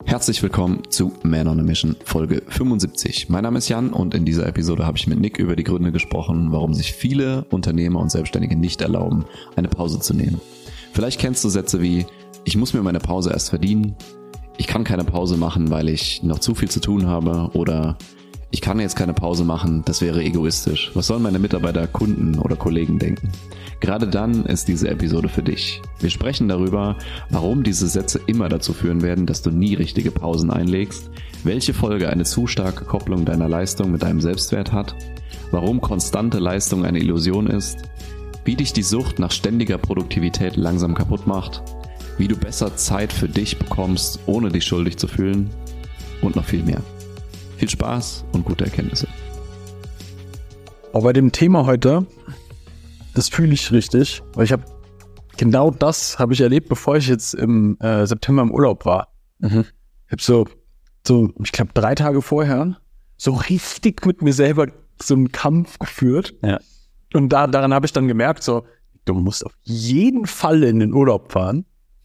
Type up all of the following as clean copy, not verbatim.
Herzlich willkommen zu Man on a Mission Folge 75. Mein Name ist Jan und in dieser Episode habe ich mit Nick über die Gründe gesprochen, warum sich viele Unternehmer und Selbstständige nicht erlauben, eine Pause zu nehmen. Vielleicht kennst du Sätze wie: Ich muss mir meine Pause erst verdienen, ich kann keine Pause machen, weil ich noch zu viel zu tun habe, oder ich kann jetzt keine Pause machen, das wäre egoistisch. Was sollen meine Mitarbeiter, Kunden oder Kollegen denken? Gerade dann ist diese Episode für dich. Wir sprechen darüber, warum diese Sätze immer dazu führen werden, dass du nie richtige Pausen einlegst, welche Folge eine zu starke Kopplung deiner Leistung mit deinem Selbstwert hat, warum konstante Leistung eine Illusion ist, wie dich die Sucht nach ständiger Produktivität langsam kaputt macht, wie du besser Zeit für dich bekommst, ohne dich schuldig zu fühlen und noch viel mehr. Viel Spaß und gute Erkenntnisse. Aber bei dem Thema heute, das fühle ich richtig, weil ich habe genau das habe ich erlebt, bevor ich jetzt im September im Urlaub war. Ich habe so ich glaube 3 Tage vorher so richtig mit mir selber so einen Kampf geführt. Ja. Und daran habe ich dann gemerkt, so, du musst auf jeden Fall in den Urlaub fahren.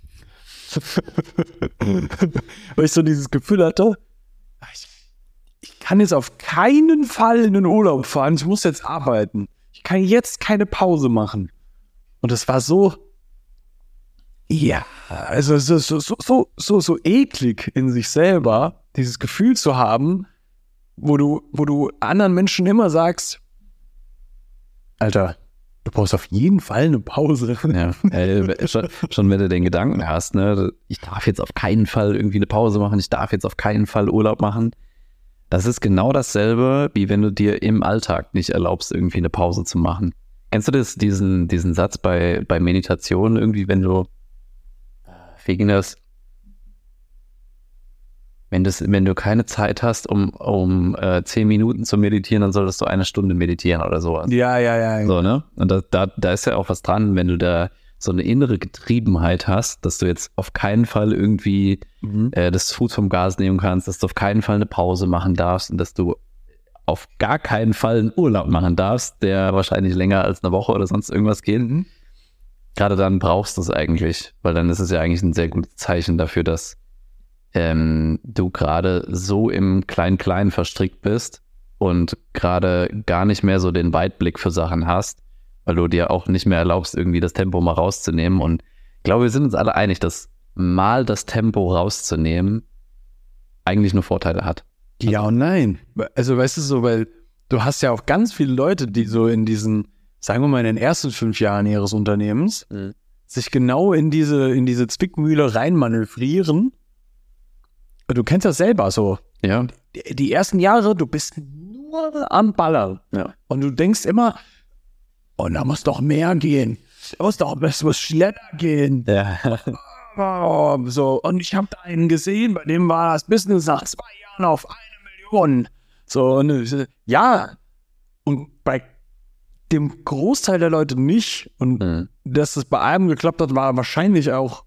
Weil ich so dieses Gefühl hatte, ich kann jetzt auf keinen Fall in den Urlaub fahren, ich muss jetzt arbeiten. Ich kann jetzt keine Pause machen. Und das war so, ja, also so eklig in sich selber, dieses Gefühl zu haben, wo du anderen Menschen immer sagst, Alter, du brauchst auf jeden Fall eine Pause. Ja, schon wenn du den Gedanken hast, ne, ich darf jetzt auf keinen Fall irgendwie eine Pause machen, ich darf jetzt auf keinen Fall Urlaub machen. Das ist genau dasselbe, wie wenn du dir im Alltag nicht erlaubst, irgendwie eine Pause zu machen. Kennst du diesen Satz bei Meditation irgendwie, wenn du, wie ging das? Wenn du keine Zeit hast, um 10 Minuten zu meditieren, dann solltest du 1 Stunde meditieren oder sowas. Ja. So, ne? Und da ist ja auch was dran, wenn du da so eine innere Getriebenheit hast, dass du jetzt auf keinen Fall irgendwie das Fuß vom Gas nehmen kannst, dass du auf keinen Fall eine Pause machen darfst und dass du auf gar keinen Fall einen Urlaub machen darfst, der wahrscheinlich länger als eine Woche oder sonst irgendwas geht. Gerade dann brauchst du es eigentlich, weil dann ist es ja eigentlich ein sehr gutes Zeichen dafür, dass du gerade so im Klein-Klein verstrickt bist und gerade gar nicht mehr so den Weitblick für Sachen hast, weil du dir auch nicht mehr erlaubst, irgendwie das Tempo mal rauszunehmen. Und ich glaube, wir sind uns alle einig, dass mal das Tempo rauszunehmen eigentlich nur Vorteile hat. Ja und nein. Also weißt du so, weil du hast ja auch ganz viele Leute, die so in diesen, sagen wir mal, in den ersten 5 Jahren ihres Unternehmens sich genau in diese Zwickmühle reinmanövrieren. Du kennst das selber so. Ja. Die ersten Jahre, du bist nur am Ballern. Ja. Und du denkst immer, oh, da muss doch mehr gehen. Es muss schneller gehen. Ja. Oh, so. Und ich habe da einen gesehen, bei dem war das Business nach 2 Jahren auf 1 Million. So, und ja. Und bei dem Großteil der Leute nicht. Und dass es bei einem geklappt hat, war wahrscheinlich auch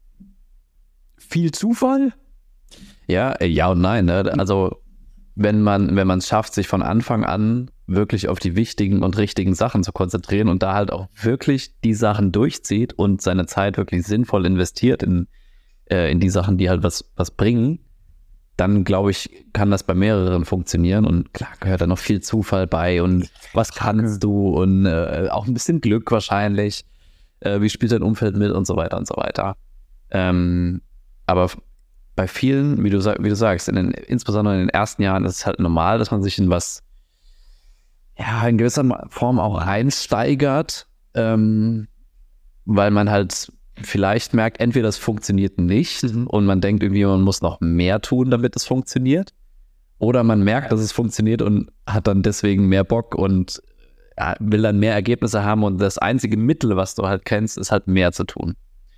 viel Zufall. Ja und nein. Ne? Also wenn man es schafft, sich von Anfang an wirklich auf die wichtigen und richtigen Sachen zu konzentrieren und da halt auch wirklich die Sachen durchzieht und seine Zeit wirklich sinnvoll investiert in die Sachen, die halt was bringen, dann glaube ich, kann das bei mehreren funktionieren. Und klar gehört da noch viel Zufall bei und was kannst du und auch ein bisschen Glück wahrscheinlich. Wie spielt dein Umfeld mit und so weiter und so weiter. Aber bei vielen, wie du sagst, insbesondere in den ersten Jahren ist es halt normal, dass man sich in was, ja, in gewisser Form auch reinsteigert, weil man halt vielleicht merkt, entweder das funktioniert nicht und man denkt irgendwie, man muss noch mehr tun, damit es funktioniert, oder man merkt, dass es funktioniert und hat dann deswegen mehr Bock und will dann mehr Ergebnisse haben und das einzige Mittel, was du halt kennst, ist halt mehr zu tun.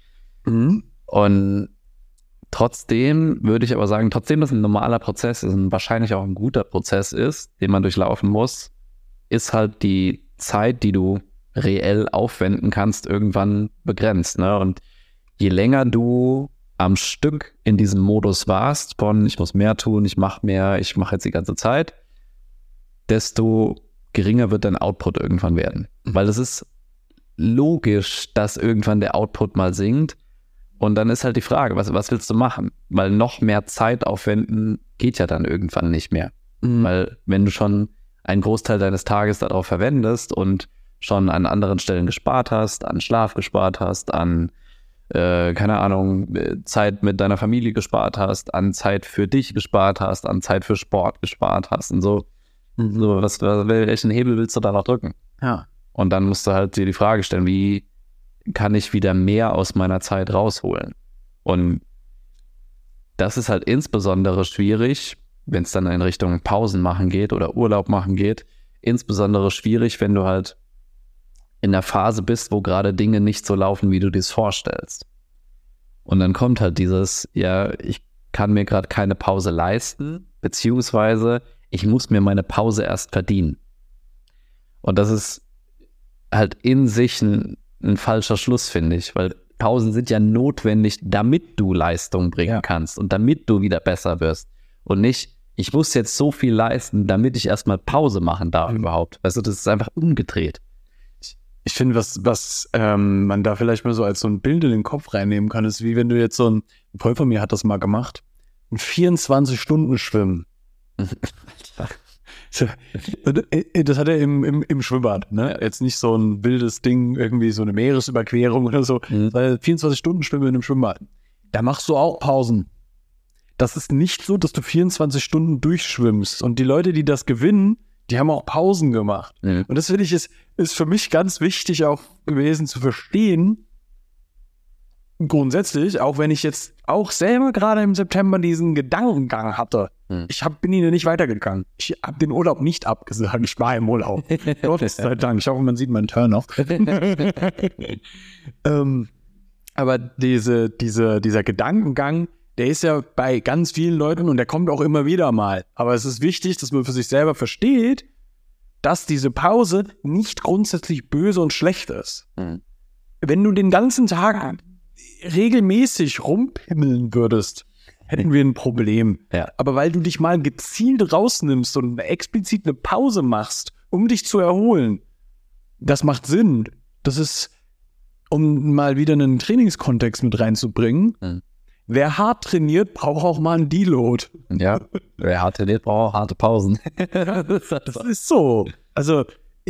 Und trotzdem würde ich aber sagen, trotzdem das ein normaler Prozess ist und wahrscheinlich auch ein guter Prozess ist, den man durchlaufen muss, ist halt die Zeit, die du reell aufwenden kannst, irgendwann begrenzt. Ne? Und je länger du am Stück in diesem Modus warst, von ich muss mehr tun, ich mache mehr, ich mache jetzt die ganze Zeit, desto geringer wird dein Output irgendwann werden. Weil es ist logisch, dass irgendwann der Output mal sinkt, Und dann ist halt die Frage, was willst du machen? Weil noch mehr Zeit aufwenden geht ja dann irgendwann nicht mehr. Weil wenn du schon einen Großteil deines Tages darauf verwendest und schon an anderen Stellen gespart hast, an Schlaf gespart hast, an, keine Ahnung, Zeit mit deiner Familie gespart hast, an Zeit für dich gespart hast, an Zeit für Sport gespart hast und so. So, welchen Hebel willst du da noch drücken? Ja. Und dann musst du halt dir die Frage stellen, wie kann ich wieder mehr aus meiner Zeit rausholen? Und das ist halt insbesondere schwierig, wenn es dann in Richtung Pausen machen geht oder Urlaub machen geht. Insbesondere schwierig, wenn du halt in der Phase bist, wo gerade Dinge nicht so laufen, wie du dir es vorstellst. Und dann kommt halt dieses, ja, ich kann mir gerade keine Pause leisten, beziehungsweise ich muss mir meine Pause erst verdienen. Und das ist halt in sich ein falscher Schluss, finde ich, weil Pausen sind ja notwendig, damit du Leistung bringen kannst und damit du wieder besser wirst. Und nicht, ich muss jetzt so viel leisten, damit ich erstmal Pause machen darf überhaupt. Weißt du, das ist einfach umgedreht. Ich finde, was man da vielleicht mal so als so ein Bild in den Kopf reinnehmen kann, ist wie wenn du jetzt ein Freund von mir hat das mal gemacht, ein 24-Stunden-Schwimmen. Das hat er im Schwimmbad, ne? Jetzt nicht so ein wildes Ding, irgendwie so eine Meeresüberquerung oder so, weil 24 Stunden Schwimmen in einem Schwimmbad. Da machst du auch Pausen. Das ist nicht so, dass du 24 Stunden durchschwimmst. Und die Leute, die das gewinnen, die haben auch Pausen gemacht. Und das finde ich ist für mich ganz wichtig auch gewesen zu verstehen, grundsätzlich, auch wenn ich jetzt auch selber gerade im September diesen Gedankengang hatte. Bin ihn nicht weitergegangen. Ich habe den Urlaub nicht abgesagt. Ich war im Urlaub. Gott sei Dank. Ich hoffe, man sieht meinen Turn noch. Aber dieser Gedankengang, der ist ja bei ganz vielen Leuten und der kommt auch immer wieder mal. Aber es ist wichtig, dass man für sich selber versteht, dass diese Pause nicht grundsätzlich böse und schlecht ist. Wenn du den ganzen Tag regelmäßig rumpimmeln würdest, hätten wir ein Problem. Ja. Aber weil du dich mal gezielt rausnimmst und explizit eine Pause machst, um dich zu erholen, das macht Sinn. Das ist, um mal wieder einen Trainingskontext mit reinzubringen, wer hart trainiert, braucht auch mal einen Deload. Ja, wer hart trainiert, braucht auch harte Pausen. Das ist so. Also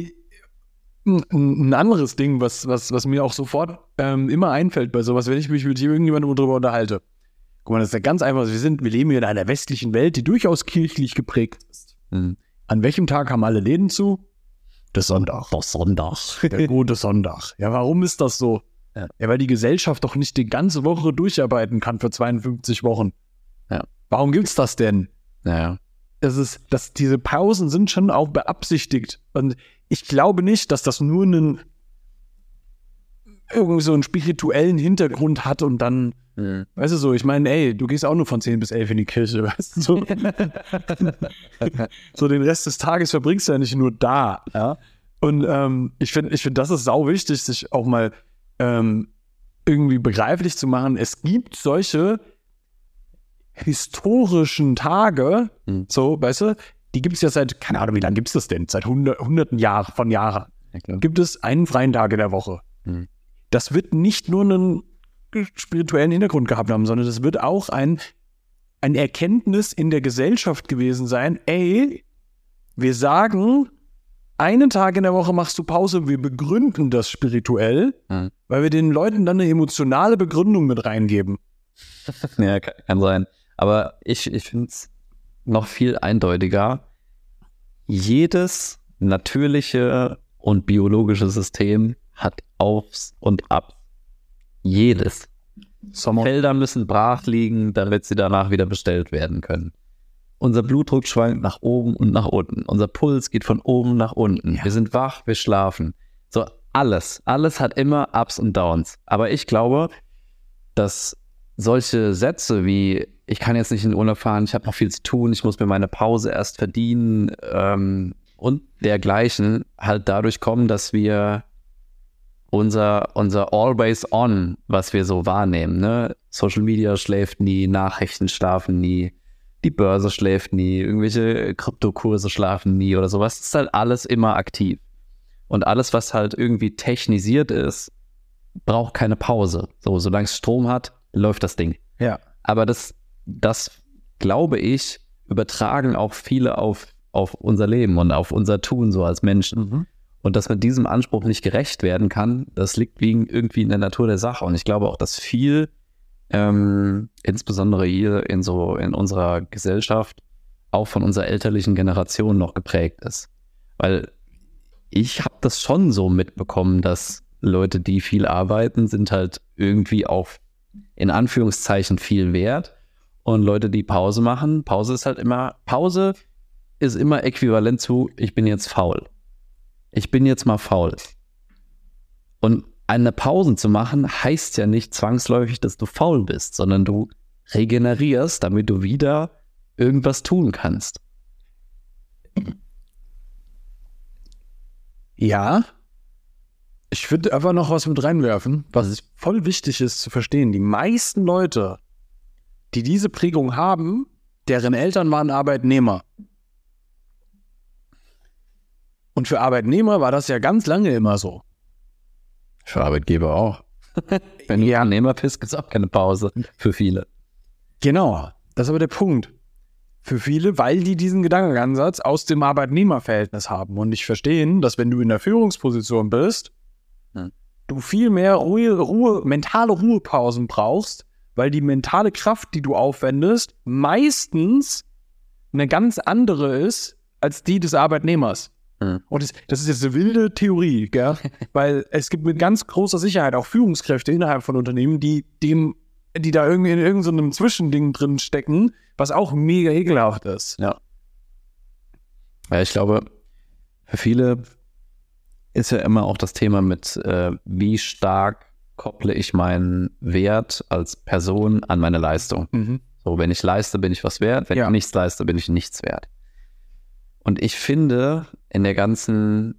ein anderes Ding, was mir auch sofort immer einfällt bei sowas, wenn ich mich mit irgendjemandem darüber unterhalte. Guck mal, das ist ja ganz einfach. Wir leben hier in einer westlichen Welt, die durchaus kirchlich geprägt ist. An welchem Tag haben alle Läden zu? Der Sonntag. Der Sonntag. Der gute Sonntag. Ja, warum ist das so? Ja, weil die Gesellschaft doch nicht die ganze Woche durcharbeiten kann für 52 Wochen. Ja. Warum gibt's das denn? Naja. Diese Pausen sind schon auch beabsichtigt. Und ich glaube nicht, dass das nur irgendwie so einen spirituellen Hintergrund hat und dann, weißt du so, ich meine, ey, du gehst auch nur von 10 bis 11 in die Kirche, weißt du so. So den Rest des Tages verbringst du ja nicht nur da. Ja? Und ich finde, das ist sau wichtig, sich auch mal irgendwie begreiflich zu machen. Es gibt solche historischen Tage, so, weißt du, die gibt es ja seit, keine Ahnung, wie lange gibt es das denn? Seit hunderten Jahren. Ja, gibt es einen freien Tag in der Woche. Das wird nicht nur einen spirituellen Hintergrund gehabt haben, sondern das wird auch ein Erkenntnis in der Gesellschaft gewesen sein, ey, wir sagen, einen Tag in der Woche machst du Pause, wir begründen das spirituell, weil wir den Leuten dann eine emotionale Begründung mit reingeben. Ja, kann sein. Aber ich finde es noch viel eindeutiger. Jedes natürliche und biologische System hat Aufs und Abs. Jedes. Felder müssen brach liegen, damit sie danach wieder bestellt werden können. Unser Blutdruck schwankt nach oben und nach unten. Unser Puls geht von oben nach unten. Ja. Wir sind wach, wir schlafen. So alles hat immer Ups und Downs. Aber ich glaube, dass solche Sätze wie, ich kann jetzt nicht in den Urlaub fahren, ich habe noch viel zu tun, ich muss mir meine Pause erst verdienen und dergleichen halt dadurch kommen, dass wir unser Always On, was wir so wahrnehmen, ne? Social Media schläft nie, Nachrichten schlafen nie, die Börse schläft nie, irgendwelche Kryptokurse schlafen nie oder sowas. Das ist halt alles immer aktiv. Und alles, was halt irgendwie technisiert ist, braucht keine Pause. So, solange es Strom hat, läuft das Ding. Ja. Aber das glaube ich, übertragen auch viele auf unser Leben und auf unser Tun so als Menschen. Mhm. Und dass man diesem Anspruch nicht gerecht werden kann, das liegt irgendwie in der Natur der Sache. Und ich glaube auch, dass viel, insbesondere hier in unserer Gesellschaft, auch von unserer elterlichen Generation noch geprägt ist. Weil ich habe das schon so mitbekommen, dass Leute, die viel arbeiten, sind halt irgendwie auch in Anführungszeichen viel wert. Und Leute, die Pause machen, Pause ist immer äquivalent zu, ich bin jetzt faul. Ich bin jetzt mal faul. Und eine Pause zu machen, heißt ja nicht zwangsläufig, dass du faul bist, sondern du regenerierst, damit du wieder irgendwas tun kannst. Ja. Ich würde einfach noch was mit reinwerfen, was voll wichtig ist zu verstehen. Die meisten Leute, die diese Prägung haben, deren Eltern waren Arbeitnehmer. Und für Arbeitnehmer war das ja ganz lange immer so. Für Arbeitgeber auch. Wenn du Arbeitnehmer bist, gibt es auch keine Pause für viele. Genau, das ist aber der Punkt. Für viele, weil die diesen Gedankenansatz aus dem Arbeitnehmerverhältnis haben und nicht verstehen, dass wenn du in der Führungsposition bist, du viel mehr mentale Ruhepausen brauchst, weil die mentale Kraft, die du aufwendest, meistens eine ganz andere ist als die des Arbeitnehmers. Und das ist jetzt eine wilde Theorie, gell? Weil es gibt mit ganz großer Sicherheit auch Führungskräfte innerhalb von Unternehmen, die da irgendwie in irgendeinem Zwischending drin stecken, was auch mega ekelhaft ist. Ja. Ja, ich glaube, für viele ist ja immer auch das Thema mit, wie stark kopple ich meinen Wert als Person an meine Leistung. Mhm. So, wenn ich leiste, bin ich was wert. Wenn ich nichts leiste, bin ich nichts wert. Und ich finde, in der ganzen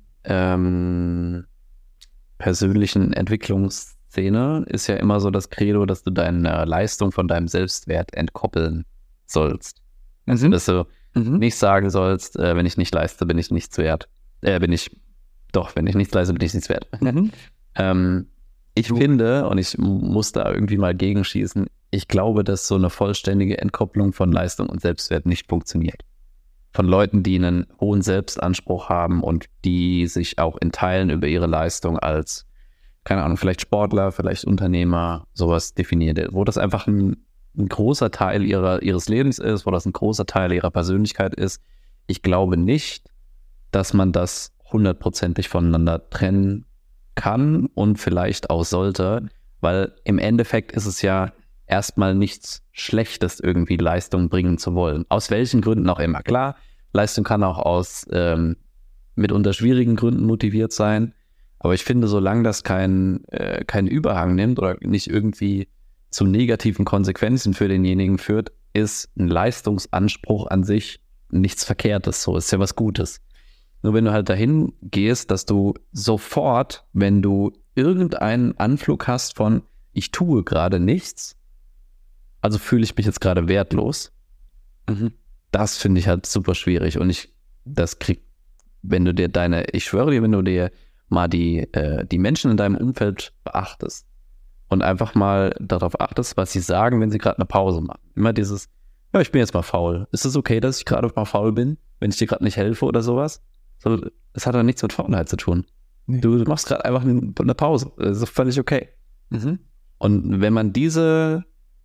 persönlichen Entwicklungsszene ist ja immer so das Credo, dass du deine Leistung von deinem Selbstwert entkoppeln sollst. Also, dass du nicht sagen sollst, wenn ich nicht leiste, bin ich nichts wert. Wenn ich nichts leiste, bin ich nichts wert. Ich finde, und ich muss da irgendwie mal gegenschießen, ich glaube, dass so eine vollständige Entkopplung von Leistung und Selbstwert nicht funktioniert. Von Leuten, die einen hohen Selbstanspruch haben und die sich auch in Teilen über ihre Leistung als, keine Ahnung, vielleicht Sportler, vielleicht Unternehmer, sowas definiert, wo das einfach ein großer Teil ihres Lebens ist, wo das ein großer Teil ihrer Persönlichkeit ist. Ich glaube nicht, dass man das 100%ig voneinander trennen kann und vielleicht auch sollte, weil im Endeffekt ist es ja erstmal nichts Schlechtes, irgendwie Leistung bringen zu wollen. Aus welchen Gründen auch immer. Klar, Leistung kann auch aus mitunter schwierigen Gründen motiviert sein, aber ich finde, solange das keinen Überhang nimmt oder nicht irgendwie zu negativen Konsequenzen für denjenigen führt, ist ein Leistungsanspruch an sich nichts Verkehrtes. So ist ja was Gutes. Nur wenn du halt dahin gehst, dass du sofort, wenn du irgendeinen Anflug hast von ich tue gerade nichts, also fühle ich mich jetzt gerade wertlos, das finde ich halt super schwierig. Und ich schwöre dir, wenn du dir mal die Menschen in deinem Umfeld beachtest und einfach mal darauf achtest, was sie sagen, wenn sie gerade eine Pause machen. Immer dieses, ja, ich bin jetzt mal faul. Ist es okay, dass ich gerade mal faul bin, wenn ich dir gerade nicht helfe oder sowas? So, das hat doch nichts mit Faulheit zu tun. Nee. Du machst gerade einfach eine Pause. Das ist völlig okay. Und wenn man diesen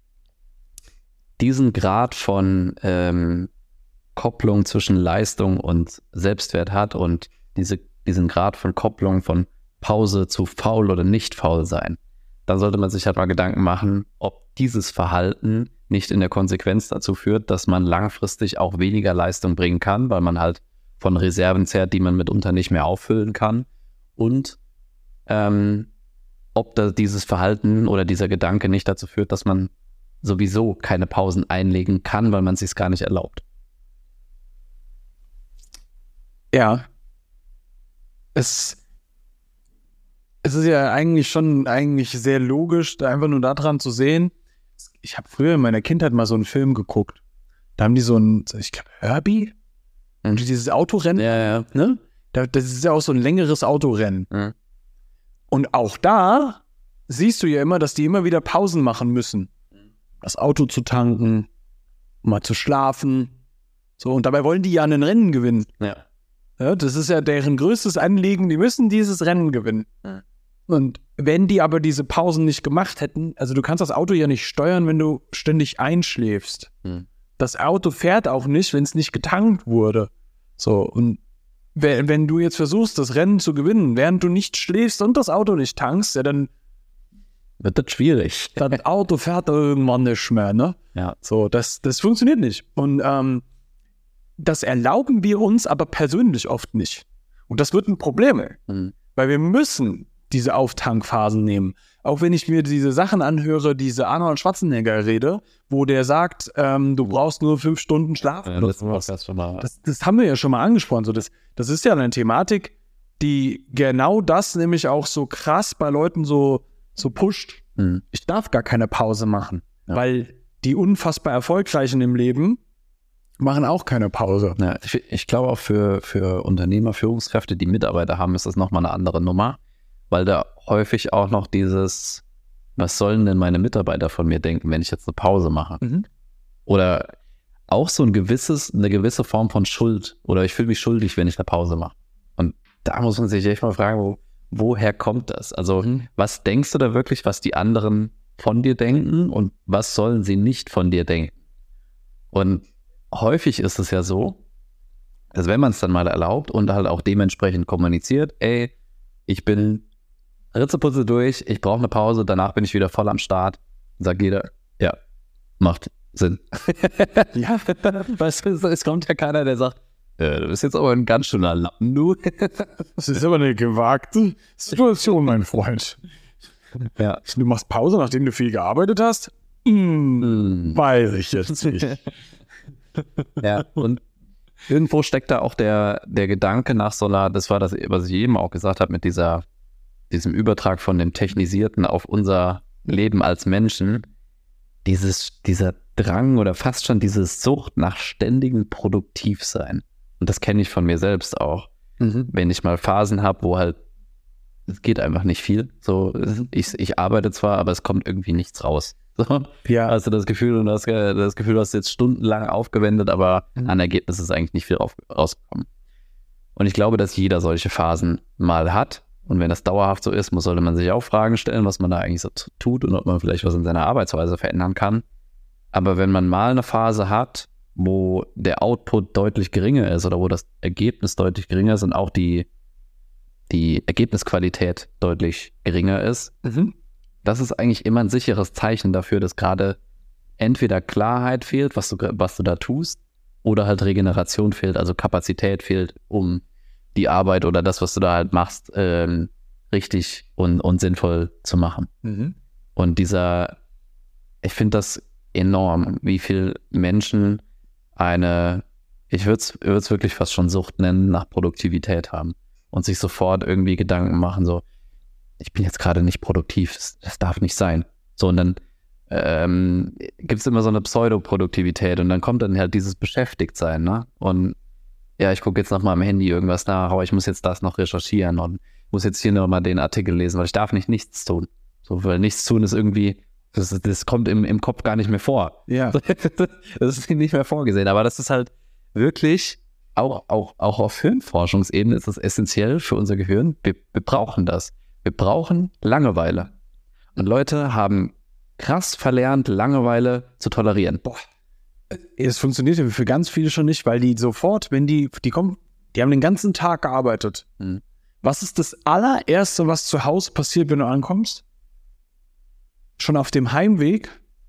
Grad von Kopplung zwischen Leistung und Selbstwert hat und diesen Grad von Kopplung von Pause zu faul oder nicht faul sein, dann sollte man sich halt mal Gedanken machen, ob dieses Verhalten nicht in der Konsequenz dazu führt, dass man langfristig auch weniger Leistung bringen kann, weil man halt von Reserven zehrt, die man mitunter nicht mehr auffüllen kann. Und ob da dieses Verhalten oder dieser Gedanke nicht dazu führt, dass man sowieso keine Pausen einlegen kann, weil man es sich gar nicht erlaubt. Ja. Es ist ja eigentlich sehr logisch, da einfach nur daran zu sehen. Ich habe früher in meiner Kindheit mal so einen Film geguckt. Da haben die ich glaube, Herbie? Und dieses Autorennen. Ja. Ne? Das ist ja auch so ein längeres Autorennen. Und auch da siehst du ja immer, dass die immer wieder Pausen machen müssen. Das Auto zu tanken, mal zu schlafen. So, und dabei wollen die ja ein Rennen gewinnen. Ja, das ist ja deren größtes Anliegen, die müssen dieses Rennen gewinnen. Ja. Und wenn die aber diese Pausen nicht gemacht hätten, also du kannst das Auto ja nicht steuern, wenn du ständig einschläfst. Das Auto fährt auch nicht, wenn es nicht getankt wurde. So, und wenn du jetzt versuchst, das Rennen zu gewinnen, während du nicht schläfst und das Auto nicht tankst, ja, dann wird das schwierig. Das Auto fährt irgendwann nicht mehr, ne? Ja. So, das funktioniert nicht. Und das erlauben wir uns aber persönlich oft nicht. Und das wird ein Problem, weil wir müssen diese Auftankphasen nehmen. Auch wenn ich mir diese Sachen anhöre, diese Arnold Schwarzenegger-Rede, wo der sagt, du brauchst nur 5 Stunden Schlaf. Ja, das haben wir ja schon mal angesprochen. So, das ist ja eine Thematik, die genau das nämlich auch so krass bei Leuten so pusht. Ich darf gar keine Pause machen, weil die unfassbar Erfolgreichen im Leben machen auch keine Pause. Ja, ich glaube auch für Unternehmer, Führungskräfte, die Mitarbeiter haben, ist das nochmal eine andere Nummer, weil da häufig auch noch dieses, was sollen denn meine Mitarbeiter von mir denken, wenn ich jetzt eine Pause mache? Oder auch so eine gewisse Form von Schuld, oder ich fühle mich schuldig, wenn ich eine Pause mache. Und da muss man sich echt mal fragen, woher kommt das? Also was denkst du da wirklich, was die anderen von dir denken und was sollen sie nicht von dir denken? Und häufig ist es ja so, dass wenn man es dann mal erlaubt und halt auch dementsprechend kommuniziert, ey, ich bin Ritzeputze durch, ich brauche eine Pause, danach bin ich wieder voll am Start, sagt jeder, ja, macht Sinn. Ja, weißt du, es kommt ja keiner, der sagt, du bist jetzt aber ein ganz schöner Lappen, du. Das ist aber eine gewagte Situation, mein Freund. Ja. Du machst Pause, nachdem du viel gearbeitet hast? Weiß ich jetzt nicht. Ja, und irgendwo steckt da auch der Gedanke nach Solar, das war das, was ich eben auch gesagt habe, mit diesem Übertrag von dem Technisierten auf unser Leben als Menschen, dieser Drang oder fast schon diese Sucht nach ständigem Produktivsein. Und das kenne ich von mir selbst auch. Wenn ich mal Phasen habe, wo halt, es geht einfach nicht viel. So, ich arbeite zwar, aber es kommt irgendwie nichts raus. So, ja. Hast du das Gefühl, du hast jetzt stundenlang aufgewendet, aber an Ergebnis ist eigentlich nicht viel rausgekommen. Und ich glaube, dass jeder solche Phasen mal hat. Und wenn das dauerhaft so ist, sollte man sich auch Fragen stellen, was man da eigentlich so tut und ob man vielleicht was in seiner Arbeitsweise verändern kann. Aber wenn man mal eine Phase hat, wo der Output deutlich geringer ist oder wo das Ergebnis deutlich geringer ist und auch die Ergebnisqualität deutlich geringer ist, das ist eigentlich immer ein sicheres Zeichen dafür, dass gerade entweder Klarheit fehlt, was du da tust, oder halt Regeneration fehlt, also Kapazität fehlt, um die Arbeit oder das, was du da halt machst, richtig und sinnvoll zu machen. Und ich finde das enorm, wie viel Menschen ich würde es wirklich fast schon Sucht nennen, nach Produktivität haben und sich sofort irgendwie Gedanken machen, so, ich bin jetzt gerade nicht produktiv, das darf nicht sein. So, und dann gibt es immer so eine Pseudoproduktivität und dann kommt dann halt dieses Beschäftigtsein, ne? Und ja, ich gucke jetzt noch mal am Handy irgendwas nach, aber ich muss jetzt das noch recherchieren und muss jetzt hier noch mal den Artikel lesen, weil ich darf nichts tun. So, weil nichts tun ist irgendwie, das kommt im Kopf gar nicht mehr vor. Ja. Das ist nicht mehr vorgesehen, aber das ist halt wirklich, auch auf Hirnforschungsebene ist das essentiell für unser Gehirn. Wir brauchen das. Wir brauchen Langeweile. Und Leute haben krass verlernt, Langeweile zu tolerieren. Boah. Es funktioniert ja für ganz viele schon nicht, weil die sofort, wenn die kommen, die haben den ganzen Tag gearbeitet. Was ist das allererste, was zu Hause passiert, wenn du ankommst? Schon auf dem Heimweg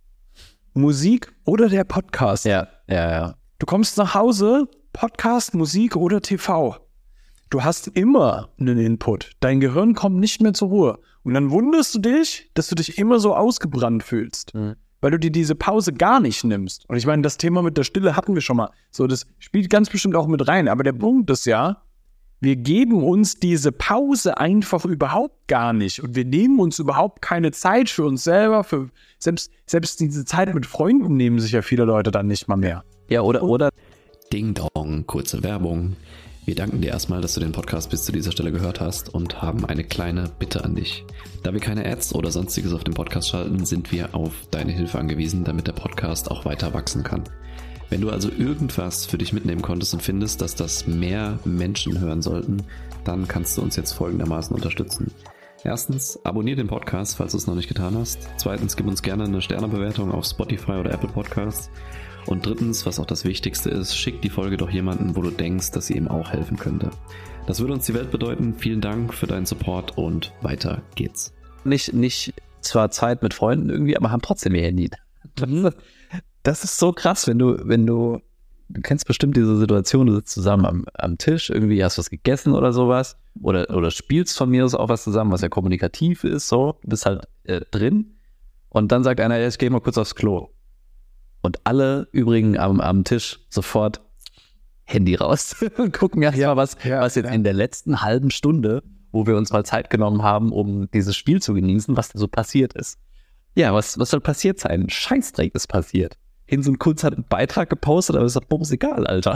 Musik oder der Podcast. Ja. Du kommst nach Hause, Podcast, Musik oder TV. Du hast immer einen Input. Dein Gehirn kommt nicht mehr zur Ruhe. Und dann wunderst du dich, dass du dich immer so ausgebrannt fühlst. Weil du dir diese Pause gar nicht nimmst. Und ich meine, das Thema mit der Stille hatten wir schon mal. So, das spielt ganz bestimmt auch mit rein. Aber der Punkt ist ja, wir geben uns diese Pause einfach überhaupt gar nicht. Und wir nehmen uns überhaupt keine Zeit für uns selber. Selbst diese Zeit mit Freunden nehmen sich ja viele Leute dann nicht mal mehr. Ja, oder Ding Dong, kurze Werbung. Wir danken dir erstmal, dass du den Podcast bis zu dieser Stelle gehört hast und haben eine kleine Bitte an dich. Da wir keine Ads oder sonstiges auf dem Podcast schalten, sind wir auf deine Hilfe angewiesen, damit der Podcast auch weiter wachsen kann. Wenn du also irgendwas für dich mitnehmen konntest und findest, dass das mehr Menschen hören sollten, dann kannst du uns jetzt folgendermaßen unterstützen. Erstens, abonniere den Podcast, falls du es noch nicht getan hast. Zweitens, gib uns gerne eine Sternebewertung auf Spotify oder Apple Podcasts. Und drittens, was auch das Wichtigste ist, schick die Folge doch jemanden, wo du denkst, dass sie ihm auch helfen könnte. Das würde uns die Welt bedeuten. Vielen Dank für deinen Support und weiter geht's. Nicht zwar Zeit mit Freunden irgendwie, aber haben trotzdem ihr Handy. Das ist so krass, wenn du kennst bestimmt diese Situation, du sitzt zusammen am Tisch, irgendwie hast was gegessen oder sowas oder spielst von mir aus auch was zusammen, was ja kommunikativ ist, so, du bist halt drin und dann sagt einer, ja, ich gehe mal kurz aufs Klo. Und alle übrigen am Tisch sofort Handy raus und gucken erstmal, was jetzt in der letzten halben Stunde, wo wir uns mal Zeit genommen haben, um dieses Spiel zu genießen, was da so passiert ist. Ja, was soll passiert sein? Ein Scheißdreck ist passiert. Hinz und Kunz hat einen Beitrag gepostet, aber ist doch bums egal, Alter.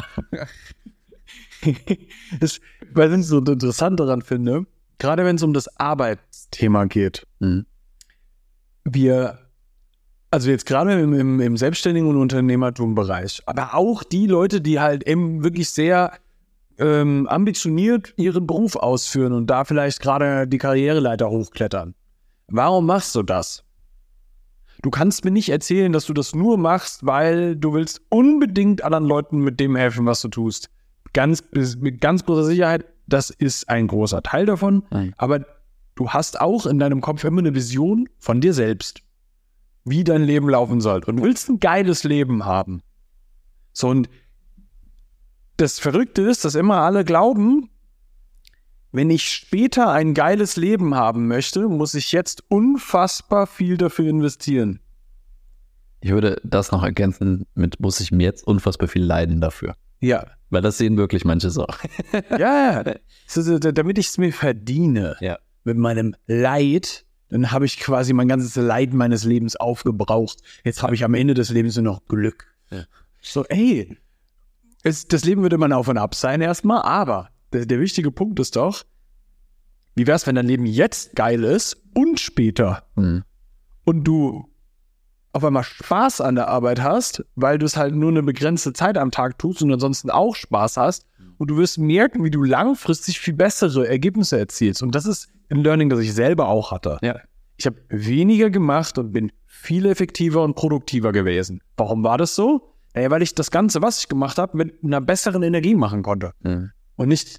Weil ich so interessant daran finde, gerade wenn es um das Arbeitsthema geht, also jetzt gerade im selbstständigen und Unternehmertum-Bereich, aber auch die Leute, die halt eben wirklich sehr ambitioniert ihren Beruf ausführen und da vielleicht gerade die Karriereleiter hochklettern. Warum machst du das? Du kannst mir nicht erzählen, dass du das nur machst, weil du willst unbedingt anderen Leuten mit dem helfen, was du tust. Mit ganz großer Sicherheit, das ist ein großer Teil davon, aber du hast auch in deinem Kopf immer eine Vision von dir selbst, wie dein Leben laufen soll. Und du willst ein geiles Leben haben. So, und das Verrückte ist, dass immer alle glauben, wenn ich später ein geiles Leben haben möchte, muss ich jetzt unfassbar viel dafür investieren. Ich würde das noch ergänzen mit, muss ich mir jetzt unfassbar viel leiden dafür. Ja. Weil das sehen wirklich manche so. Ja. Damit ich es mir verdiene, mit meinem Leid, dann habe ich quasi mein ganzes Leid meines Lebens aufgebraucht. Jetzt habe ich am Ende des Lebens nur noch Glück. Ja. So, das Leben wird immer ein Auf und Ab sein erstmal, aber der wichtige Punkt ist doch, wie wär's, wenn dein Leben jetzt geil ist und später und du auf einmal Spaß an der Arbeit hast, weil du es halt nur eine begrenzte Zeit am Tag tust und ansonsten auch Spaß hast und du wirst merken, wie du langfristig viel bessere Ergebnisse erzielst. Und das ist ein Learning, das ich selber auch hatte. Ja. Ich habe weniger gemacht und bin viel effektiver und produktiver gewesen. Warum war das so? Naja, weil ich das Ganze, was ich gemacht habe, mit einer besseren Energie machen konnte. Und nicht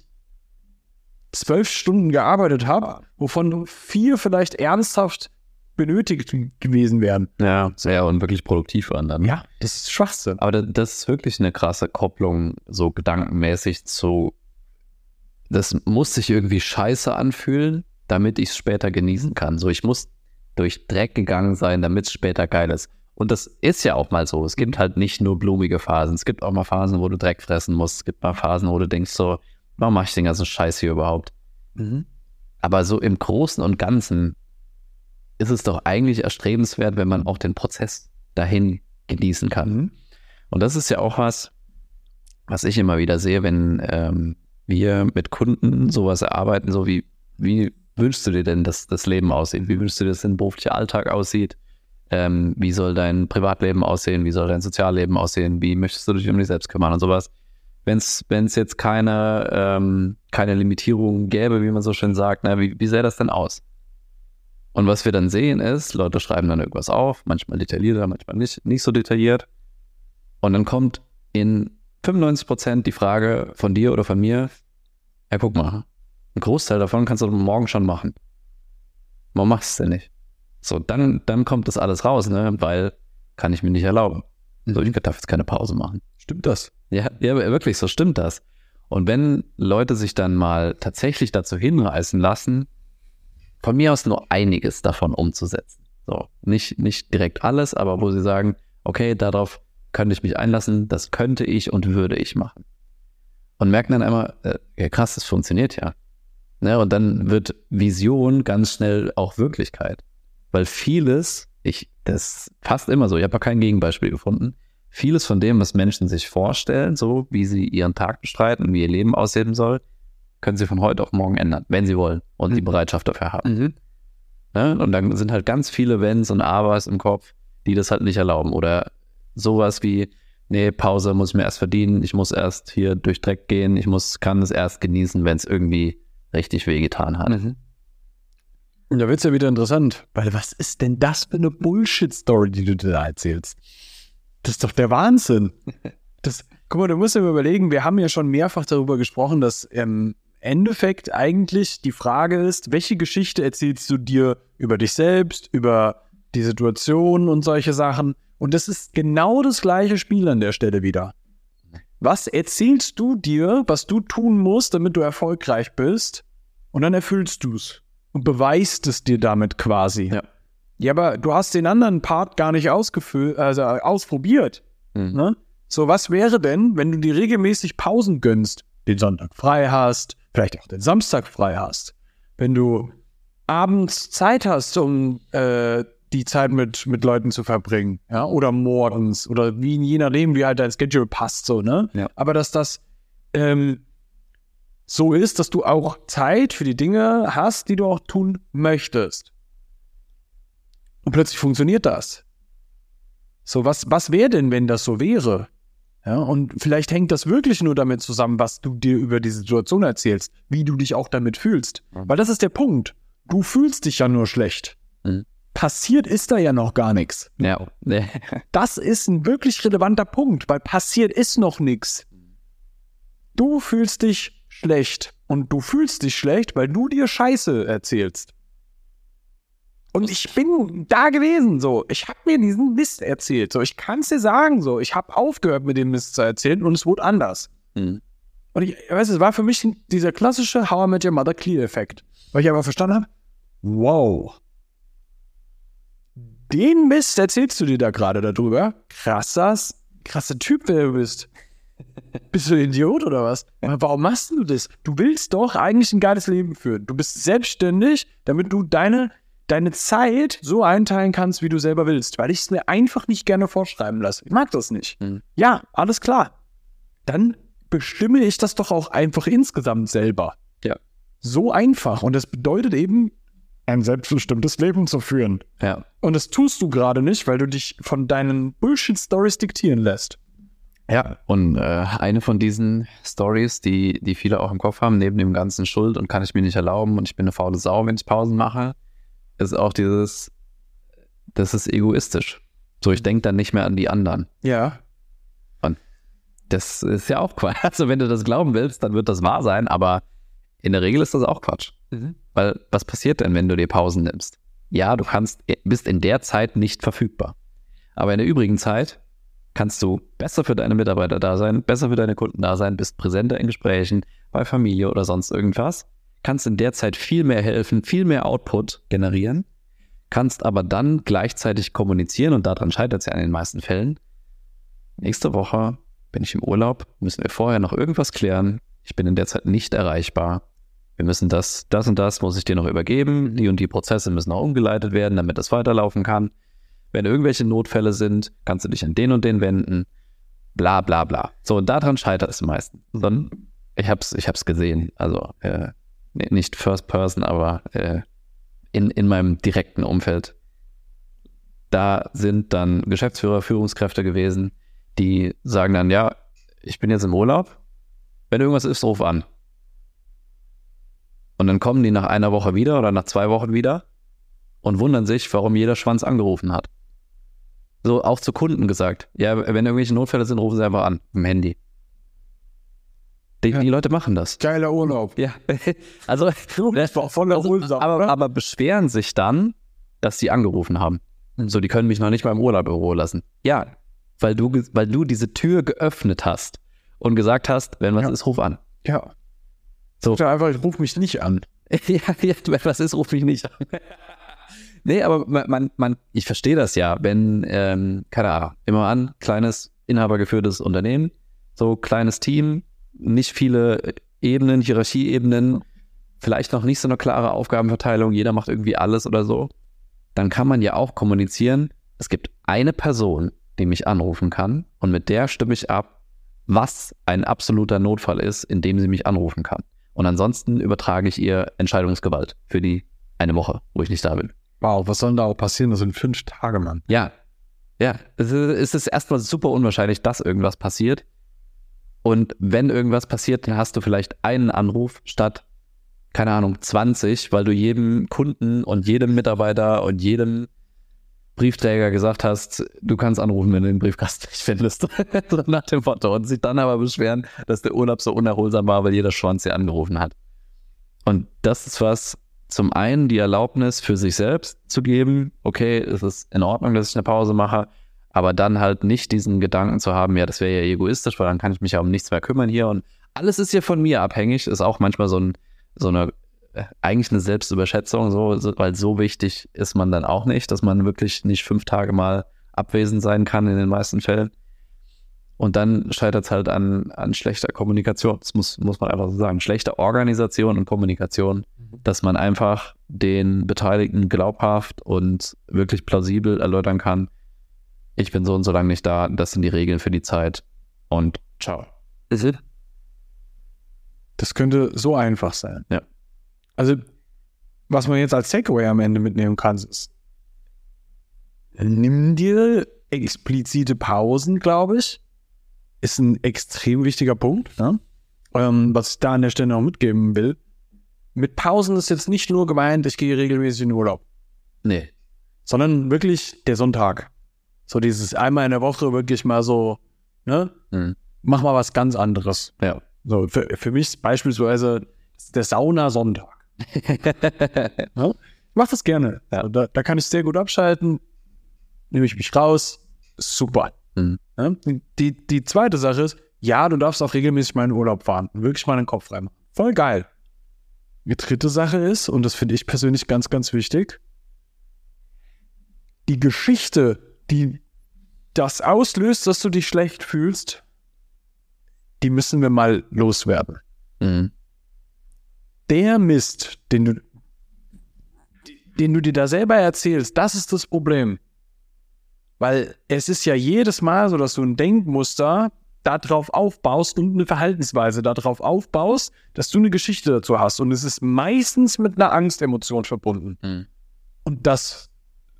12 Stunden gearbeitet habe, wovon 4 vielleicht ernsthaft benötigt gewesen wären. Ja, sehr und wirklich produktiv waren dann. Ja, das ist Schwachsinn. Aber das ist wirklich eine krasse Kopplung, so gedankenmäßig zu, das muss sich irgendwie scheiße anfühlen, damit ich es später genießen kann. So, ich muss durch Dreck gegangen sein, damit es später geil ist. Und das ist ja auch mal so. Es gibt halt nicht nur blumige Phasen. Es gibt auch mal Phasen, wo du Dreck fressen musst. Es gibt mal Phasen, wo du denkst so, warum mache ich den ganzen Scheiß hier überhaupt? Aber so im Großen und Ganzen ist es doch eigentlich erstrebenswert, wenn man auch den Prozess dahin genießen kann. Und das ist ja auch was ich immer wieder sehe, wenn wir mit Kunden sowas erarbeiten, so wie wünschst du dir denn, dass das Leben aussieht? Wie wünschst du dir, dass dein beruflicher Alltag aussieht? Wie soll dein Privatleben aussehen? Wie soll dein Sozialleben aussehen? Wie möchtest du dich um dich selbst kümmern und sowas? Wenn es jetzt keine Limitierung gäbe, wie man so schön sagt, wie sähe das denn aus? Und was wir dann sehen ist, Leute schreiben dann irgendwas auf, manchmal detaillierter, manchmal nicht so detailliert. Und dann kommt in 95% die Frage von dir oder von mir, ja, guck mal, ein Großteil davon kannst du morgen schon machen. Warum machst du es denn nicht? So, dann kommt das alles raus, weil kann ich mir nicht erlauben. So, ich darf jetzt keine Pause machen. Stimmt das? Ja, wirklich, so stimmt das. Und wenn Leute sich dann mal tatsächlich dazu hinreißen lassen, von mir aus nur einiges davon umzusetzen. So, nicht direkt alles, aber wo sie sagen, okay, darauf könnte ich mich einlassen, das könnte ich und würde ich machen. Und merken dann einmal, ja krass, das funktioniert ja. Und dann wird Vision ganz schnell auch Wirklichkeit. Weil vieles, das ist fast immer so, ich habe ja kein Gegenbeispiel gefunden, vieles von dem, was Menschen sich vorstellen, so wie sie ihren Tag bestreiten und wie ihr Leben aussehen soll, können sie von heute auf morgen ändern, wenn sie wollen und die Bereitschaft dafür haben. Ja, und dann sind halt ganz viele Wenns und Abers im Kopf, die das halt nicht erlauben. Oder sowas wie, nee, Pause muss ich mir erst verdienen, ich muss erst hier durch Dreck gehen, kann es erst genießen, wenn es irgendwie richtig wehgetan hat. Und da wird es ja wieder interessant, weil was ist denn das für eine Bullshit-Story, die du da erzählst? Das ist doch der Wahnsinn. Guck mal, du musst dir mal überlegen, wir haben ja schon mehrfach darüber gesprochen, dass im Endeffekt eigentlich die Frage ist, welche Geschichte erzählst du dir über dich selbst, über die Situation und solche Sachen? Und das ist genau das gleiche Spiel an der Stelle wieder. Was erzählst du dir, was du tun musst, damit du erfolgreich bist? Und dann erfüllst du es und beweist es dir damit quasi. Ja, aber du hast den anderen Part gar nicht ausprobiert. Ne? So, was wäre denn, wenn du dir regelmäßig Pausen gönnst, den Sonntag frei hast, vielleicht auch den Samstag frei hast, wenn du abends Zeit hast, um die Zeit mit Leuten zu verbringen, ja, oder morgens, oder je nachdem, wie halt dein Schedule passt, so, ne? Ja. Aber dass das so ist, dass du auch Zeit für die Dinge hast, die du auch tun möchtest. Und plötzlich funktioniert das. So, was wäre denn, wenn das so wäre? Ja, und vielleicht hängt das wirklich nur damit zusammen, was du dir über die Situation erzählst, wie du dich auch damit fühlst. Weil das ist der Punkt. Du fühlst dich ja nur schlecht. Passiert ist da ja noch gar nichts. Ja. Das ist ein wirklich relevanter Punkt, weil passiert ist noch nichts. Du fühlst dich schlecht. Und du fühlst dich schlecht, weil du dir Scheiße erzählst. Und ich bin da gewesen, so. Ich habe mir diesen Mist erzählt, so. Ich kann es dir sagen, so. Ich habe aufgehört, mit dem Mist zu erzählen und es wurde anders. Und ich weiß, es war für mich dieser klassische How I Met Your Mother Clear-Effekt. Weil ich aber verstanden habe, wow. Den Mist erzählst du dir da gerade darüber? Krasser Typ, wer du bist. Bist du ein Idiot oder was? Warum machst du das? Du willst doch eigentlich ein geiles Leben führen. Du bist selbstständig, damit du deine Zeit so einteilen kannst, wie du selber willst. Weil ich es mir einfach nicht gerne vorschreiben lasse. Ich mag das nicht. Ja, alles klar. Dann bestimme ich das doch auch einfach insgesamt selber. Ja. So einfach. Und das bedeutet eben, ein selbstbestimmtes Leben zu führen. Ja. Und das tust du gerade nicht, weil du dich von deinen Bullshit-Stories diktieren lässt. Ja, und eine von diesen Stories, die viele auch im Kopf haben, neben dem ganzen Schuld und kann ich mir nicht erlauben und ich bin eine faule Sau, wenn ich Pausen mache, ist auch das ist egoistisch. So, ich denke dann nicht mehr an die anderen. Ja. Und das ist ja auch Quatsch. Also wenn du das glauben willst, dann wird das wahr sein, aber in der Regel ist das auch Quatsch. Weil was passiert denn, wenn du dir Pausen nimmst? Ja, du bist in der Zeit nicht verfügbar. Aber in der übrigen Zeit kannst du besser für deine Mitarbeiter da sein, besser für deine Kunden da sein, bist präsenter in Gesprächen, bei Familie oder sonst irgendwas, kannst in der Zeit viel mehr helfen, viel mehr Output generieren, kannst aber dann gleichzeitig kommunizieren und daran scheitert es ja in den meisten Fällen. Nächste Woche bin ich im Urlaub, müssen wir vorher noch irgendwas klären, ich bin in der Zeit nicht erreichbar. Wir müssen das und das muss ich dir noch übergeben. Die und die Prozesse müssen noch umgeleitet werden, damit das weiterlaufen kann. Wenn irgendwelche Notfälle sind, kannst du dich an den und den wenden. Bla bla bla. So, und daran scheitert es meistens. Ich hab's gesehen. Also nicht First Person, aber in meinem direkten Umfeld. Da sind dann Geschäftsführer, Führungskräfte gewesen, die sagen dann, ja, ich bin jetzt im Urlaub. Wenn irgendwas ist, ruf an. Und dann kommen die nach einer Woche wieder oder nach 2 Wochen wieder und wundern sich, warum jeder Schwanz angerufen hat. So auch zu Kunden gesagt. Ja, wenn irgendwelche Notfälle sind, rufen sie einfach an, im Handy. Die Leute machen das. Geiler Urlaub. Ja, also voller Urlaub, aber beschweren sich dann, dass sie angerufen haben. So, die können mich noch nicht mal im Urlaub in Ruhe lassen. Ja, weil du diese Tür geöffnet hast und gesagt hast, wenn was ist, ruf an. Ja. So. Ich einfach, ich ruf mich nicht an. Ja, wenn was ist, ruf mich nicht an. Nee, aber ich verstehe das ja, wenn, keine Ahnung, immer an, kleines, inhabergeführtes Unternehmen, so kleines Team, nicht viele Ebenen, Hierarchieebenen, vielleicht noch nicht so eine klare Aufgabenverteilung, jeder macht irgendwie alles oder so, dann kann man ja auch kommunizieren, es gibt eine Person, die mich anrufen kann und mit der stimme ich ab, was ein absoluter Notfall ist, in dem sie mich anrufen kann. Und ansonsten übertrage ich ihr Entscheidungsgewalt für die eine Woche, wo ich nicht da bin. Wow, was soll denn da auch passieren? Das sind 5 Tage, Mann. Ja, es ist erstmal super unwahrscheinlich, dass irgendwas passiert. Und wenn irgendwas passiert, dann hast du vielleicht einen Anruf statt, keine Ahnung, 20, weil du jedem Kunden und jedem Mitarbeiter und jedem Briefträger gesagt hast, du kannst anrufen, wenn du den Briefkasten nicht findest. So nach dem Motto. Und sich dann aber beschweren, dass der Urlaub so unerholsam war, weil jeder Schwanz dir angerufen hat. Und das ist was, zum einen die Erlaubnis für sich selbst zu geben, okay, es ist in Ordnung, dass ich eine Pause mache, aber dann halt nicht diesen Gedanken zu haben, ja, das wäre ja egoistisch, weil dann kann ich mich ja um nichts mehr kümmern hier und alles ist ja von mir abhängig, ist auch manchmal eigentlich eine Selbstüberschätzung, weil so wichtig ist man dann auch nicht, dass man wirklich nicht 5 Tage mal abwesend sein kann in den meisten Fällen. Und dann scheitert es halt an schlechter Kommunikation. Das muss man einfach so sagen. Schlechte Organisation und Kommunikation, dass man einfach den Beteiligten glaubhaft und wirklich plausibel erläutern kann, ich bin so und so lange nicht da, das sind die Regeln für die Zeit und ciao. Das könnte so einfach sein. Ja. Also, was man jetzt als Takeaway am Ende mitnehmen kann, ist, nimm dir explizite Pausen, glaube ich. Ist ein extrem wichtiger Punkt. Ne? Was ich da an der Stelle noch mitgeben will. Mit Pausen ist jetzt nicht nur gemeint, ich gehe regelmäßig in den Urlaub. Nee. Sondern wirklich der Sonntag. So dieses einmal in der Woche wirklich mal so, ne? Mach mal was ganz anderes. Ja. So, für mich ist beispielsweise der Sauna-Sonntag. Ja? Ich mach das gerne. Ja. So, da kann ich sehr gut abschalten. Nehme ich mich raus. Super. Ja? Die zweite Sache ist, ja, du darfst auch regelmäßig mal in den Urlaub fahren und wirklich mal den Kopf reinmachen. Voll geil. Die dritte Sache ist, und das finde ich persönlich ganz, ganz wichtig, die Geschichte, die das auslöst, dass du dich schlecht fühlst, die müssen wir mal loswerden. Der Mist, den du dir da selber erzählst, das ist das Problem. Weil es ist ja jedes Mal so, dass du ein Denkmuster darauf aufbaust und eine Verhaltensweise darauf aufbaust, dass du eine Geschichte dazu hast. Und es ist meistens mit einer Angstemotion verbunden. Und das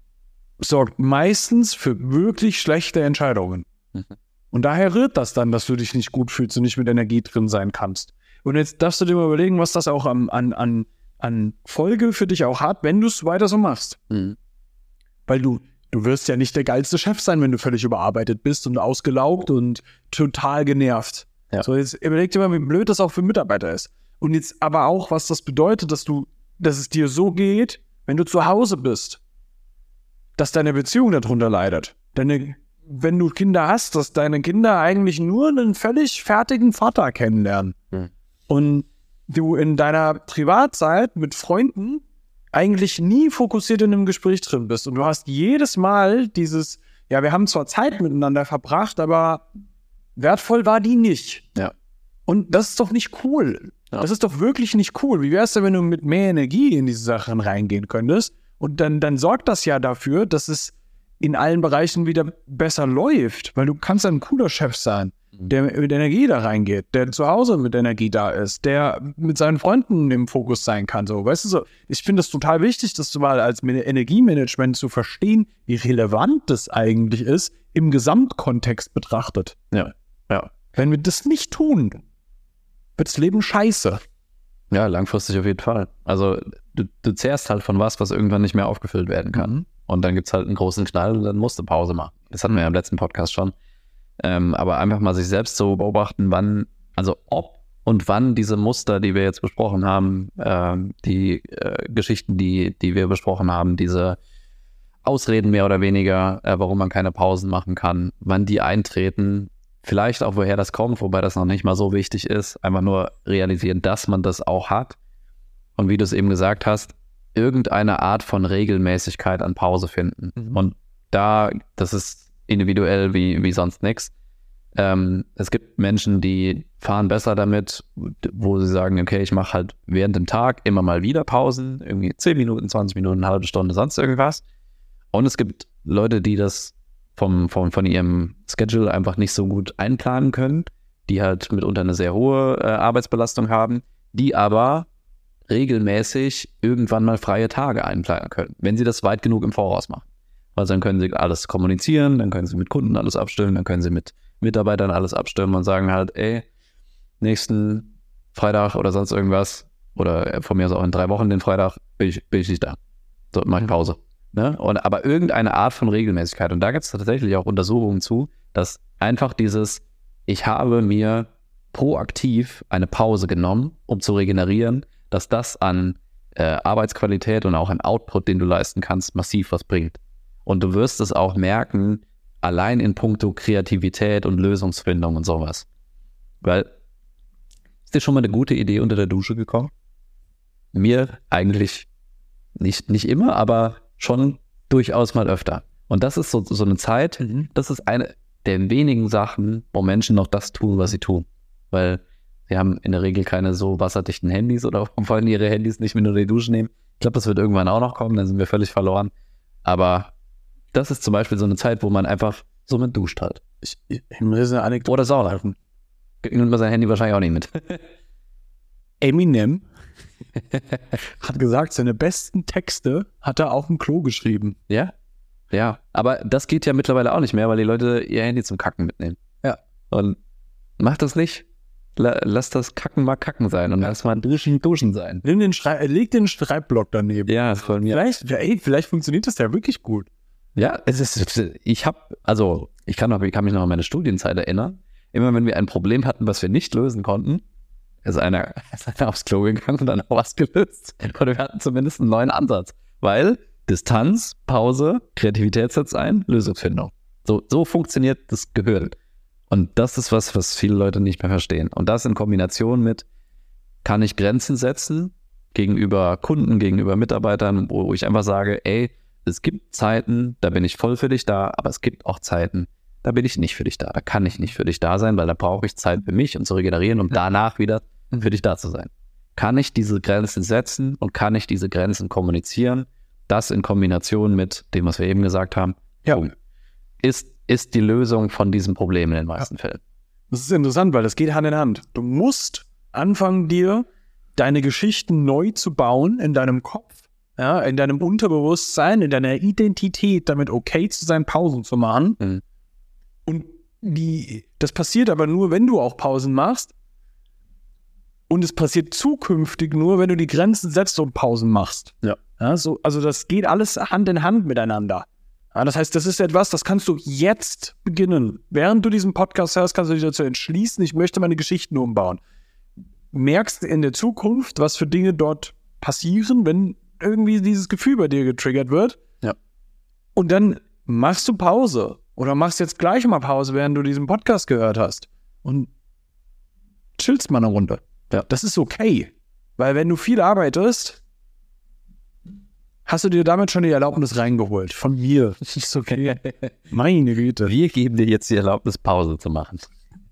sorgt meistens für wirklich schlechte Entscheidungen. Und daher rührt das dann, dass du dich nicht gut fühlst und nicht mit Energie drin sein kannst. Und jetzt darfst du dir mal überlegen, was das auch an Folge für dich auch hat, wenn du es weiter so machst. Weil du wirst ja nicht der geilste Chef sein, wenn du völlig überarbeitet bist und ausgelaugt und total genervt. Ja. So, jetzt überleg dir mal, wie blöd das auch für Mitarbeiter ist. Und jetzt aber auch, was das bedeutet, dass es dir so geht, wenn du zu Hause bist, dass deine Beziehung darunter leidet. Wenn du Kinder hast, dass deine Kinder eigentlich nur einen völlig fertigen Vater kennenlernen. Und du in deiner Privatzeit mit Freunden eigentlich nie fokussiert in einem Gespräch drin bist. Und du hast jedes Mal dieses, ja, wir haben zwar Zeit miteinander verbracht, aber wertvoll war die nicht. Ja. Und das ist doch nicht cool. Ja. Das ist doch wirklich nicht cool. Wie wär's denn, wenn du mit mehr Energie in diese Sachen reingehen könntest? Und dann sorgt das ja dafür, dass es in allen Bereichen wieder besser läuft. Weil du kannst ein cooler Chef sein, der mit Energie da reingeht, der zu Hause mit Energie da ist, der mit seinen Freunden im Fokus sein kann. So, weißt du, so, ich finde es total wichtig, dass du mal als Energiemanagement zu verstehen, wie relevant das eigentlich ist, im Gesamtkontext betrachtet. Ja. Wenn wir das nicht tun, wird das Leben scheiße. Ja, langfristig auf jeden Fall. Also du zehrst halt von was irgendwann nicht mehr aufgefüllt werden kann. Und dann gibt's halt einen großen Knall und dann musst du Pause machen. Das hatten wir ja im letzten Podcast schon. Aber einfach mal sich selbst so beobachten, ob und wann diese Muster, die wir jetzt besprochen haben, die Geschichten, die wir besprochen haben, diese Ausreden mehr oder weniger, warum man keine Pausen machen kann, wann die eintreten, vielleicht auch woher das kommt, wobei das noch nicht mal so wichtig ist, einfach nur realisieren, dass man das auch hat. Und wie du es eben gesagt hast, irgendeine Art von Regelmäßigkeit an Pause finden. Und das ist individuell wie sonst nichts. Es gibt Menschen, die fahren besser damit, wo sie sagen, okay, ich mache halt während dem Tag immer mal wieder Pausen, irgendwie 10 Minuten, 20 Minuten, eine halbe Stunde, sonst irgendwas. Und es gibt Leute, die das von ihrem Schedule einfach nicht so gut einplanen können, die halt mitunter eine sehr hohe Arbeitsbelastung haben, die aber regelmäßig irgendwann mal freie Tage einplanen können, wenn sie das weit genug im Voraus machen. Also dann können sie alles kommunizieren, dann können sie mit Kunden alles abstimmen, dann können sie mit Mitarbeitern alles abstimmen und sagen halt, ey, nächsten Freitag oder sonst irgendwas oder von mir aus auch in 3 Wochen den Freitag bin ich nicht da. So, mache ich Pause. Ne? Aber irgendeine Art von Regelmäßigkeit. Und da gibt es tatsächlich auch Untersuchungen zu, dass einfach ich habe mir proaktiv eine Pause genommen, um zu regenerieren, dass das an Arbeitsqualität und auch an Output, den du leisten kannst, massiv was bringt. Und du wirst es auch merken, allein in puncto Kreativität und Lösungsfindung und sowas. Weil, ist dir schon mal eine gute Idee unter der Dusche gekommen? Mir eigentlich nicht immer, aber schon durchaus mal öfter. Und das ist so eine Zeit, das ist eine der wenigen Sachen, wo Menschen noch das tun, was sie tun. Weil sie haben in der Regel keine so wasserdichten Handys oder wollen ihre Handys nicht mit unter die Dusche nehmen. Ich glaube, das wird irgendwann auch noch kommen, dann sind wir völlig verloren. Aber das ist zum Beispiel so eine Zeit, wo man einfach so mit duscht halt. Ich muss eine Anekdote. Oder Sauna. Nimmt man sein Handy wahrscheinlich auch nicht mit. Eminem hat gesagt, seine besten Texte hat er auf dem Klo geschrieben. Ja? Ja, aber das geht ja mittlerweile auch nicht mehr, weil die Leute ihr Handy zum Kacken mitnehmen. Ja. Und macht das nicht. Lass das Kacken mal Kacken sein und lass mal Duschen sein. Leg den Schreibblock daneben. Ja, das von mir. Vielleicht funktioniert das ja wirklich gut. Ja, ich kann mich noch an meine Studienzeit erinnern. Immer wenn wir ein Problem hatten, was wir nicht lösen konnten, ist einer aufs Klo gegangen und dann auch was gelöst. Und wir hatten zumindest einen neuen Ansatz. Weil Distanz, Pause, Kreativität setzt ein, Lösungsfindung. So funktioniert das Gehirn. Und das ist was viele Leute nicht mehr verstehen. Und das in Kombination mit, kann ich Grenzen setzen gegenüber Kunden, gegenüber Mitarbeitern, wo ich einfach sage, ey, es gibt Zeiten, da bin ich voll für dich da, aber es gibt auch Zeiten, da bin ich nicht für dich da. Da kann ich nicht für dich da sein, weil da brauche ich Zeit für mich, um zu regenerieren, um danach wieder für dich da zu sein. Kann ich diese Grenzen setzen und kann ich diese Grenzen kommunizieren? Das in Kombination mit dem, was wir eben gesagt haben, ist die Lösung von diesem Problem in den meisten Fällen. Das ist interessant, weil das geht Hand in Hand. Du musst anfangen, dir deine Geschichten neu zu bauen in deinem Kopf, ja, in deinem Unterbewusstsein, in deiner Identität, damit okay zu sein, Pausen zu machen. Mhm. Und das passiert aber nur, wenn du auch Pausen machst. Und es passiert zukünftig nur, wenn du die Grenzen setzt und Pausen machst. Ja, also das geht alles Hand in Hand miteinander. Ja, das heißt, das ist etwas, das kannst du jetzt beginnen. Während du diesen Podcast hörst, kannst du dich dazu entschließen, ich möchte meine Geschichten umbauen. Merkst in der Zukunft, was für Dinge dort passieren, wenn irgendwie dieses Gefühl bei dir getriggert wird. Ja. Und dann machst du Pause. Oder machst jetzt gleich mal Pause, während du diesen Podcast gehört hast. Und chillst mal eine Runde. Ja. Das ist okay. Weil wenn du viel arbeitest, hast du dir damit schon die Erlaubnis reingeholt. Von mir. Das ist okay. Meine Güte. Wir geben dir jetzt die Erlaubnis, Pause zu machen.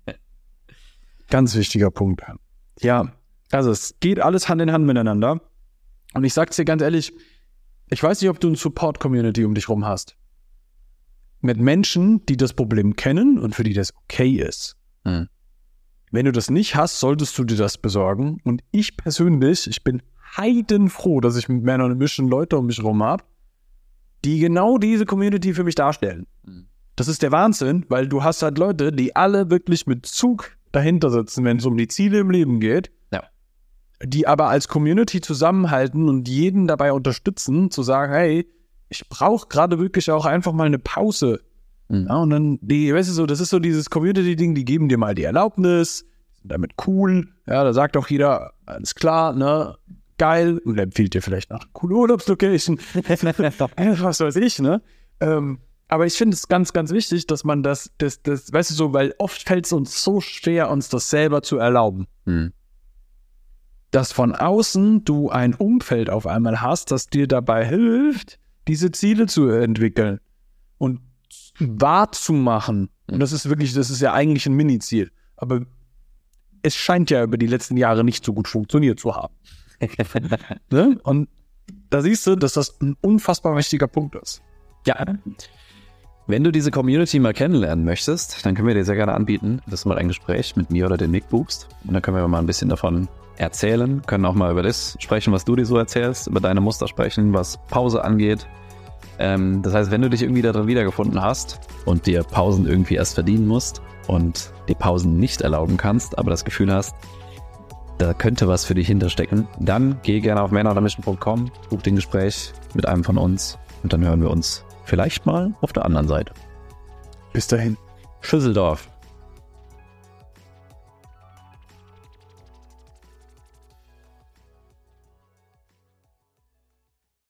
Ganz wichtiger Punkt. Ja, also es geht alles Hand in Hand miteinander. Und ich sag's dir ganz ehrlich, ich weiß nicht, ob du eine Support-Community um dich rum hast. Mit Menschen, die das Problem kennen und für die das okay ist. Mhm. Wenn du das nicht hast, solltest du dir das besorgen. Und ich persönlich, ich bin heidenfroh, dass ich mit Man on a Mission Leute um mich herum habe, die genau diese Community für mich darstellen. Mhm. Das ist der Wahnsinn, weil du hast halt Leute, die alle wirklich mit Zug dahinter sitzen, wenn es um die Ziele im Leben geht, ja. Die aber als Community zusammenhalten und jeden dabei unterstützen, zu sagen, hey, ich brauche gerade wirklich auch einfach mal eine Pause. Mhm. Ja, und dann, weißt du so, das ist so dieses Community-Ding, die geben dir mal die Erlaubnis, sind damit cool, ja, da sagt auch jeder, alles klar, ne, geil, und empfiehlt dir vielleicht noch coole Urlaubslocation, was weiß ich, ne, aber ich finde es ganz, ganz wichtig, dass man das, weißt du so, weil oft fällt es uns so schwer, uns das selber zu erlauben. Mhm. Dass von außen du ein Umfeld auf einmal hast, das dir dabei hilft, diese Ziele zu entwickeln und wahrzumachen. Und das ist ja eigentlich ein Mini-Ziel. Aber es scheint ja über die letzten Jahre nicht so gut funktioniert zu haben. Ne? Und da siehst du, dass das ein unfassbar wichtiger Punkt ist. Ja. Wenn du diese Community mal kennenlernen möchtest, dann können wir dir sehr gerne anbieten, dass du mal ein Gespräch mit mir oder dem Nick buchst. Und dann können wir mal ein bisschen davon erzählen, können auch mal über das sprechen, was du dir so erzählst, über deine Muster sprechen, was Pause angeht. Das heißt, wenn du dich irgendwie darin wiedergefunden hast und dir Pausen irgendwie erst verdienen musst und die Pausen nicht erlauben kannst, aber das Gefühl hast, da könnte was für dich hinterstecken, dann geh gerne auf manonamission.com, buch den Gespräch mit einem von uns und dann hören wir uns vielleicht mal auf der anderen Seite. Bis dahin. Schüsseldorf.